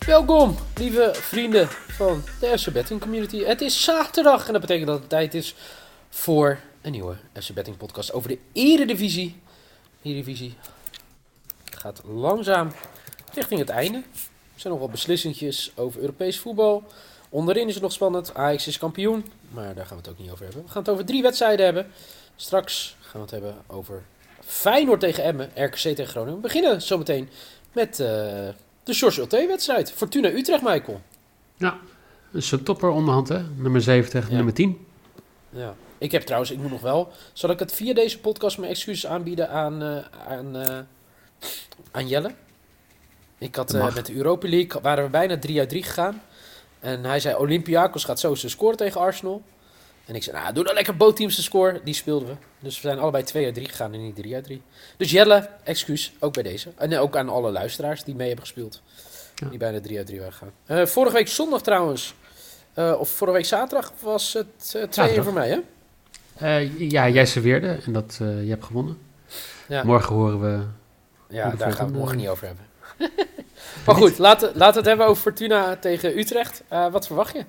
Welkom, lieve vrienden van de FC Betting Community. Het is zaterdag en dat betekent dat het tijd is voor een nieuwe FC Betting podcast over de Eredivisie. De Eredivisie gaat langzaam richting het einde. Er zijn nog wat beslissingjes over Europees voetbal. Onderin is het nog spannend. Ajax is kampioen, maar daar gaan we het ook niet over hebben. We gaan het over 3 wedstrijden hebben. Straks gaan we het hebben over Feyenoord tegen Emmen, RKC tegen Groningen. We beginnen zometeen met de George Ulte-wedstrijd. Fortuna Utrecht, Michael. Ja, dat is een topper onderhand, hè? Nummer 7 tegen nummer 10. Ja. Ik moet nog wel. Zal ik het via deze podcast mijn excuses aanbieden aan Jelle? Ik had met de Europa League, waren we bijna 3 uit 3 gegaan. En hij zei, Olympiakos gaat zo zijn score tegen Arsenal. En ik zei, nou, doe dan lekker bootteams de score. Die speelden we. Dus we zijn allebei 2 uit 3 gegaan en niet 3 uit 3. Dus Jelle, excuus, ook bij deze. En ook aan alle luisteraars die mee hebben gespeeld. Ja. Die bijna 3 uit 3 waren gegaan. Vorige week zondag trouwens, of vorige week zaterdag, was het 2-1 voor mij, hè? Ja, jij serveerde en dat, je hebt gewonnen. Ja. Morgen horen we... Ja, daar gaan we het morgen niet over hebben. Maar goed, laten we het hebben over Fortuna tegen Utrecht. Wat verwacht je?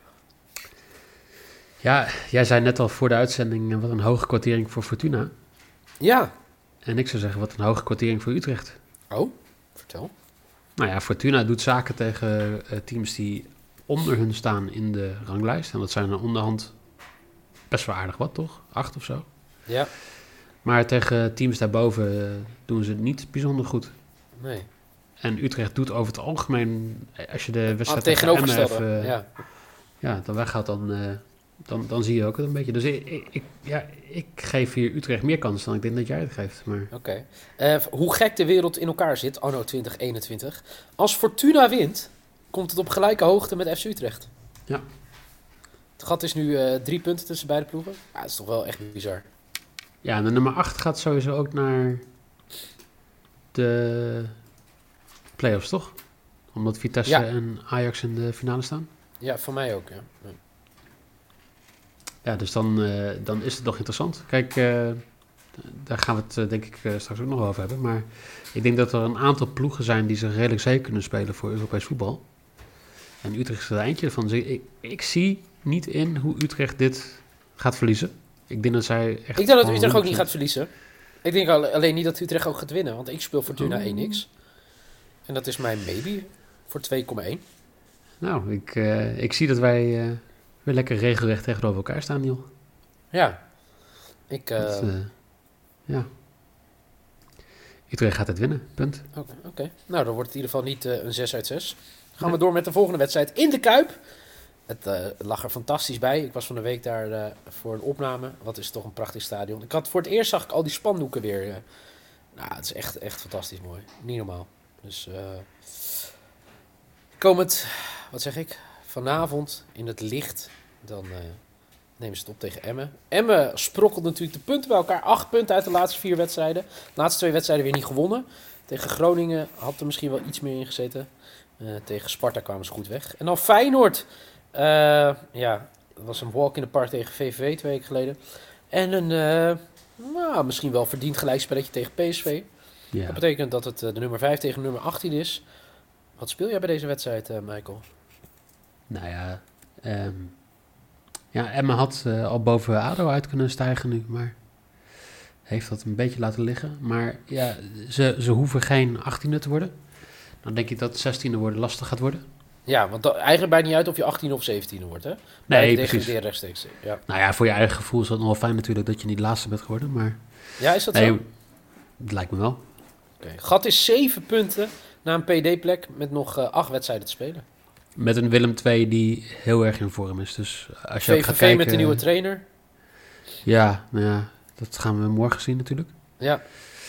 Ja, jij zei net al voor de uitzending wat een hoge kwartering voor Fortuna. Ja. En ik zou zeggen wat een hoge kwartering voor Utrecht. Oh, vertel. Nou ja, Fortuna doet zaken tegen teams die onder hun staan in de ranglijst. En dat zijn er onderhand best wel aardig wat, toch? 8 of zo. Ja. Maar tegen teams daarboven doen ze het niet bijzonder goed. Nee. En Utrecht doit over het algemeen, als je de wedstrijd tegenovergestelde, dan weggaat, dan zie je ook het een beetje. Dus ik geef hier Utrecht meer kans dan ik denk dat jij het geeft. Maar... Oké. Hoe gek de wereld in elkaar zit, anno 2021. Als Fortuna wint, komt het op gelijke hoogte met FC Utrecht. Ja. Het gat is nu 3 punten tussen beide ploegen. Ja, dat is toch wel echt bizar. Ja, en de nummer 8 gaat sowieso ook naar de play-offs, toch? Omdat Vitesse en Ajax in de finale staan. Ja, voor mij ook, ja. Ja, dus dan is het nog interessant. Kijk, daar gaan we het denk ik straks ook nog over hebben. Maar ik denk dat er een aantal ploegen zijn die zich redelijk zeker kunnen spelen voor Europees voetbal. En Utrecht is er eentje van. Dus ik zie niet in hoe Utrecht dit gaat verliezen. Ik denk dat zij echt... Ik denk dat Utrecht ook niet gaat verliezen. Ik denk alleen niet dat Utrecht ook gaat winnen. Want ik speel Fortuna 1x. En dat is mijn maybe voor 2,1. Nou, ik zie dat wij weer lekker regelrecht tegenover elkaar staan, Niel. Ja. Ja. Utrecht gaat het winnen, punt. Oké. Nou, dan wordt het in ieder geval niet een 6 uit 6. Gaan we door met de volgende wedstrijd in de Kuip. Het lag er fantastisch bij. Ik was van de week daar voor een opname. Wat is toch een prachtig stadion. Voor het eerst zag ik al die spandoeken weer. Nou, het is echt fantastisch mooi. Niet normaal. Dus vanavond in het licht, dan nemen ze het op tegen Emmen. Emmen sprokkelt natuurlijk de punten bij elkaar. 8 punten uit de laatste 4 wedstrijden. De laatste 2 wedstrijden weer niet gewonnen. Tegen Groningen had er misschien wel iets meer in gezeten. Tegen Sparta kwamen ze goed weg. En dan Feyenoord. Dat was een walk in the park tegen VVV 2 weken geleden. En een misschien wel verdiend gelijkspelletje tegen PSV. Ja. Dat betekent dat het de nummer 5 tegen nummer 18 is. Wat speel jij bij deze wedstrijd, Michael? Nou ja, Emma had al boven ADO uit kunnen stijgen nu, maar heeft dat een beetje laten liggen. Maar ja, ze hoeven geen 18e te worden. Dan denk ik dat 16e worden lastig gaat worden. Ja, want eigenlijk maakt niet uit of je 18 of 17 wordt, hè? Nee, precies. Rechtstreeks, ja. Nou ja, voor je eigen gevoel is dat nog wel fijn natuurlijk dat je niet laatste bent geworden, maar... Ja, is dat zo? Dat lijkt me wel. Okay. Gat is 7 punten na een PD-plek met nog 8 wedstrijden te spelen. Met een Willem II die heel erg in vorm is. Dus als je VVV gaat kijken, met de nieuwe trainer. Ja, nou ja, dat gaan we morgen zien natuurlijk. Ja.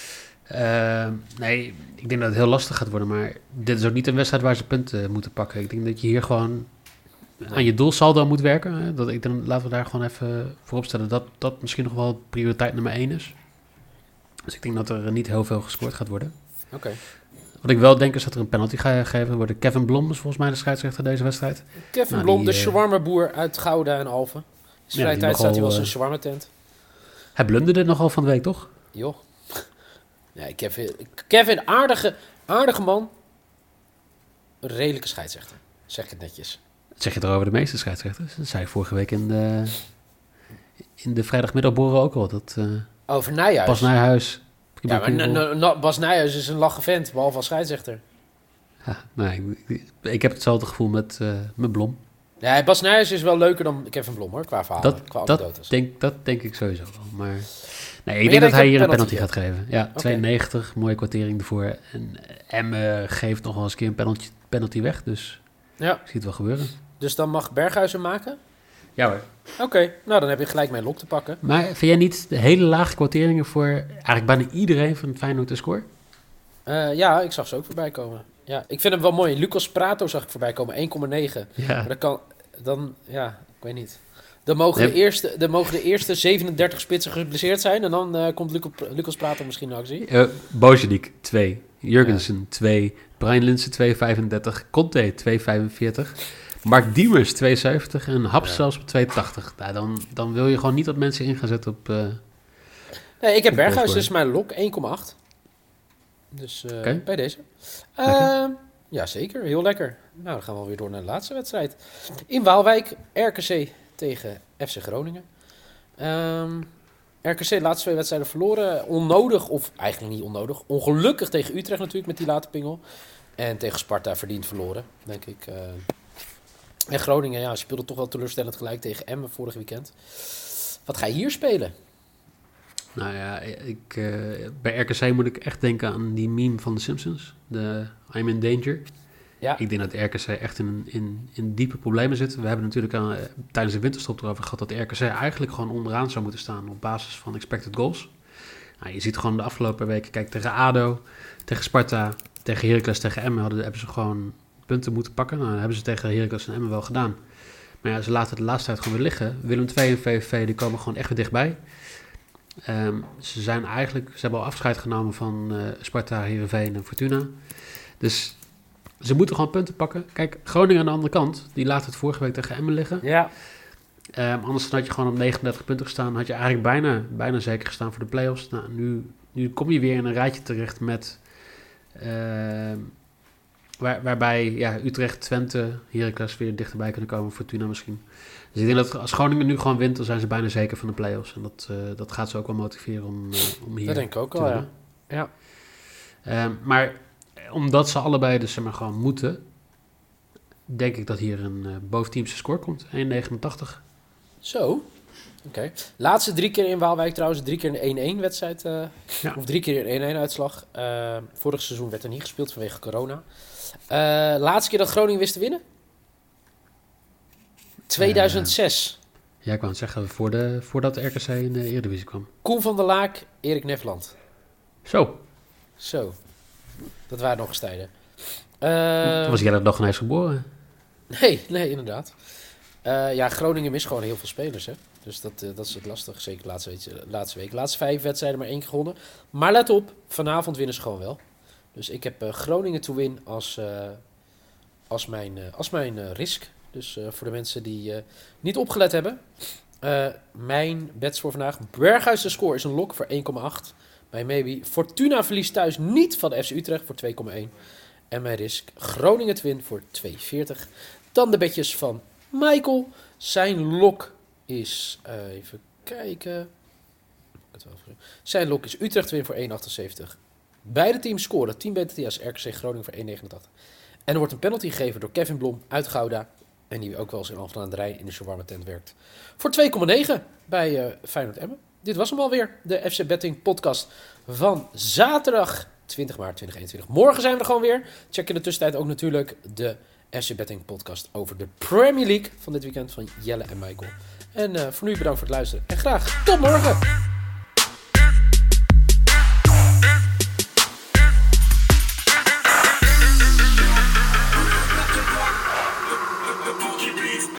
Nee, ik denk dat het heel lastig gaat worden. Maar dit is ook niet een wedstrijd waar ze punten moeten pakken. Ik denk dat je hier gewoon aan je doelsaldo moet werken. Hè? Laten we daar gewoon even voorop stellen dat dat misschien nog wel prioriteit nummer 1 is. Dus ik denk dat er niet heel veel gescoord gaat worden. Oké. Wat ik wel denk is dat er een penalty gegeven wordt. Kevin Blom is volgens mij de scheidsrechter deze wedstrijd. Kevin Blom, de shawarma-boer uit Gouda en Alphen. In vrije tijd staat hij wel zijn shawarma-tent. Hij blunderde nogal van de week, toch? Joh. Ja, Kevin, aardige man. redelijke scheidsrechter. Zeg ik het netjes. Zeg je het erover de meeste scheidsrechters? Dat zei ik vorige week in de vrijdagmiddagborrel ook al. Dat Over Nijhuis. Bas Nijhuis... Ja, maar Bas Nijhuis is een lachen vent, behalve als scheidsrechter. Ja, nee, ik heb hetzelfde gevoel met Blom. Ja, Bas Nijhuis is wel leuker dan Kevin Blom, hoor, qua verhalen, qua anekdotes. Dat denk ik sowieso wel. Maar ik denk dat hij hier een penalty gaat geven. Ja, Okay. 92, mooie kwartering ervoor. En Emmen geeft nog wel eens een keer een penalty weg, dus Ja. ik zie het wel gebeuren. Dus dan mag Berghuis hem maken? Ja hoor. Oké, nou dan heb je gelijk mijn lok te pakken. Maar vind jij niet de hele lage kwarteringen voor eigenlijk bijna iedereen van Feyenoord te score? Ja, ik zag ze ook voorbij komen. Ja, ik vind hem wel mooi. Lucas Prato zag ik voorbij komen, 1,9. Ja. Maar dat kan, dan, ja, ik weet niet. Dan mogen de eerste 37 spitsen geblesseerd zijn en dan komt Lucas Prato misschien in actie. Bozenik 2, Jurgensen 2, Brian Linssen 2,35, Conte 2,45, Mark Diemers 2,70 en Haps zelfs op 2,80. Nou, dan wil je gewoon niet dat mensen in gaan zetten op... Nee, ik heb Berghuis, dus mijn lok 1,8. Dus bij deze. Ja, zeker. Heel lekker. Nou, dan gaan we alweer door naar de laatste wedstrijd. In Waalwijk, RKC tegen FC Groningen. RKC de laatste 2 wedstrijden verloren. Onnodig, of eigenlijk niet onnodig. Ongelukkig tegen Utrecht natuurlijk met die late pingel. En tegen Sparta verdiend verloren, denk ik. En Groningen, ja, speelde toch wel teleurstellend gelijk tegen Emmen vorig weekend. Wat ga je hier spelen? Nou ja, bij RKC moet ik echt denken aan die meme van de Simpsons. De I'm in danger. Ja. Ik denk dat RKC echt in diepe problemen zit. We hebben natuurlijk tijdens de winterstop erover gehad dat RKC eigenlijk gewoon onderaan zou moeten staan op basis van expected goals. Nou, je ziet gewoon de afgelopen weken, kijk, tegen ADO, tegen Sparta, tegen Heracles, tegen Emmen hebben ze gewoon punten moeten pakken. Nou, dat hebben ze tegen Heracles en Emmen wel gedaan. Maar ja, ze laten het de laatste tijd gewoon weer liggen. Willem II en VVV, die komen gewoon echt weer dichtbij. Ze hebben al afscheid genomen van Sparta, Heerenveen en Fortuna. Dus ze moeten gewoon punten pakken. Kijk, Groningen aan de andere kant, die laat het vorige week tegen Emmen liggen. Ja. Anders had je gewoon op 39 punten gestaan. Had je eigenlijk bijna zeker gestaan voor de play-offs. Nou, nu kom je weer in een rijtje terecht met... waarbij Utrecht, Twente, Heracles weer dichterbij kunnen komen. Fortuna misschien. Dus ik denk dat als Groningen nu gewoon wint, dan zijn ze bijna zeker van de play-offs. En dat gaat ze ook wel motiveren om hier dat denk ik ook al, ja. Maar omdat ze allebei dus zeg maar gewoon moeten, denk ik dat hier een boventeamse score komt. 1,89. Zo. Oké. Laatste 3 keer in Waalwijk trouwens. 3 keer een 1-1 wedstrijd. Of 3 keer een 1-1 uitslag. Vorig seizoen werd er niet gespeeld vanwege corona. Laatste keer dat Groningen wist te winnen? 2006. Ja, ik wou het zeggen, voordat de RKC in de Eredivisie kwam. Koen van der Laak, Erik Nefland. Zo. Dat waren nog eens tijden. Toen was jij er nog ineens geboren. Nee, inderdaad. Groningen mist gewoon heel veel spelers, hè. Dus dat is het lastig. Zeker de laatste week. De laatste 5 wedstrijden maar 1 keer gewonnen. Maar let op, vanavond winnen ze gewoon wel. Dus ik heb Groningen to win als mijn risk. Dus voor de mensen die niet opgelet hebben. Mijn bets voor vandaag. Berghuis de score is een lok voor 1,8. Bij maybe. Fortuna verliest thuis niet van de FC Utrecht voor 2,1. En mijn risk Groningen to win voor 2,40. Dan de betjes van Michael. Zijn lok is... even kijken. Zijn lok is Utrecht to win voor 1,78. Beide teams scoren 10 beter als RKC Groningen voor 1,89. En er wordt een penalty gegeven door Kevin Blom uit Gouda. En die ook wel eens in Alphen aan de Rijn in de shawarma tent werkt. Voor 2,9 bij Feyenoord Emmen. Dit was hem alweer. De FC Betting podcast van zaterdag 20 maart 2021. Morgen zijn we er gewoon weer. Check in de tussentijd ook natuurlijk de FC Betting podcast over de Premier League van dit weekend van Jelle en Michael. En voor nu bedankt voor het luisteren. En graag tot morgen.